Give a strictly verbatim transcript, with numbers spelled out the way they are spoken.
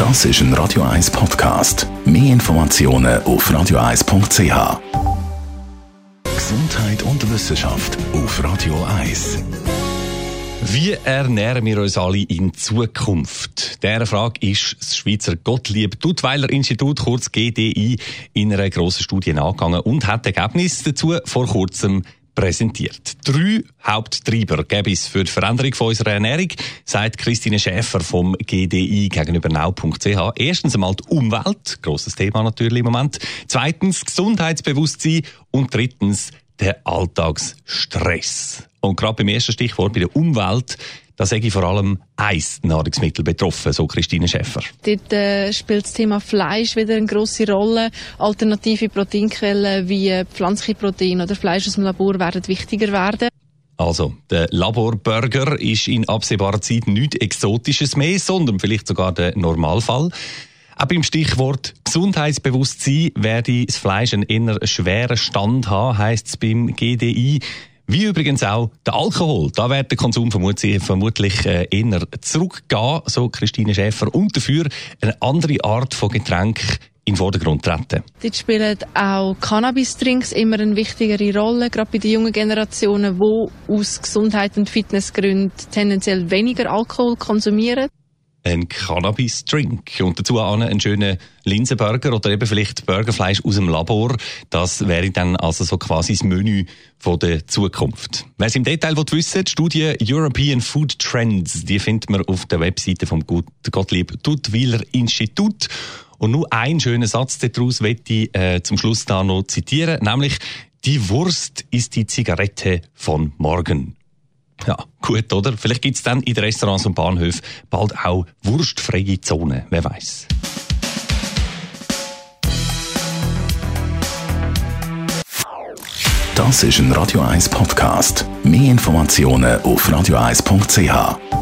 Das ist ein Radio eins Podcast. Mehr Informationen auf radio eins punkt c h. Gesundheit und Wissenschaft auf Radio eins. Wie ernähren wir uns alle in Zukunft? Dieser Frage ist das Schweizer Gottlieb-Duttweiler-Institut, kurz G D I, in einer grossen Studie nachgegangen und hat Ergebnisse dazu vor kurzem präsentiert. Drei Haupttreiber gäbe es für die Veränderung von unserer Ernährung, sagt Christine Schäfer vom G D I gegenüber now punkt c h. Erstens einmal die Umwelt, grosses Thema natürlich im Moment. Zweitens Gesundheitsbewusstsein und drittens der Alltagsstress. Und gerade beim ersten Stichwort bei der Umwelt, da sage ich vor allem ein Nahrungsmittel betroffen, so Christine Schäfer. Dort äh, spielt das Thema Fleisch wieder eine grosse Rolle. Alternative Proteinquellen wie pflanzliche Proteine oder Fleisch aus dem Labor werden wichtiger werden. Also, der Laborburger ist in absehbarer Zeit nichts Exotisches mehr, sondern vielleicht sogar der Normalfall. Auch beim Stichwort Gesundheitsbewusstsein werde das Fleisch einen eher schweren Stand haben, heisst es beim G D I. Wie übrigens auch der Alkohol. Da wird der Konsum vermutlich, vermutlich eher zurückgehen, so Christine Schäfer, und dafür eine andere Art von Getränk in den Vordergrund treten. Dort spielen auch Cannabis-Drinks immer eine wichtigere Rolle, gerade bei den jungen Generationen, die aus Gesundheit- und Fitnessgründen tendenziell weniger Alkohol konsumieren. Ein Cannabis-Drink und dazu einen schönen Linsenburger oder eben vielleicht Burgerfleisch aus dem Labor. Das wäre dann also so quasi das Menü von der Zukunft. Wer es im Detail wissen will, die Studie European Food Trends, die findet man auf der Webseite vom Gottlieb-Duttweiler-Institut. Und nur einen schönen Satz daraus möchte ich äh, zum Schluss da noch zitieren, nämlich: Die Wurst ist die Zigarette von morgen. Ja, gut, oder? Vielleicht gibt es dann in den Restaurants und Bahnhöfen bald auch wurstfreie Zonen, wer weiß. Das ist ein Radio eins Podcast. Mehr Informationen auf radio eins punkt c h.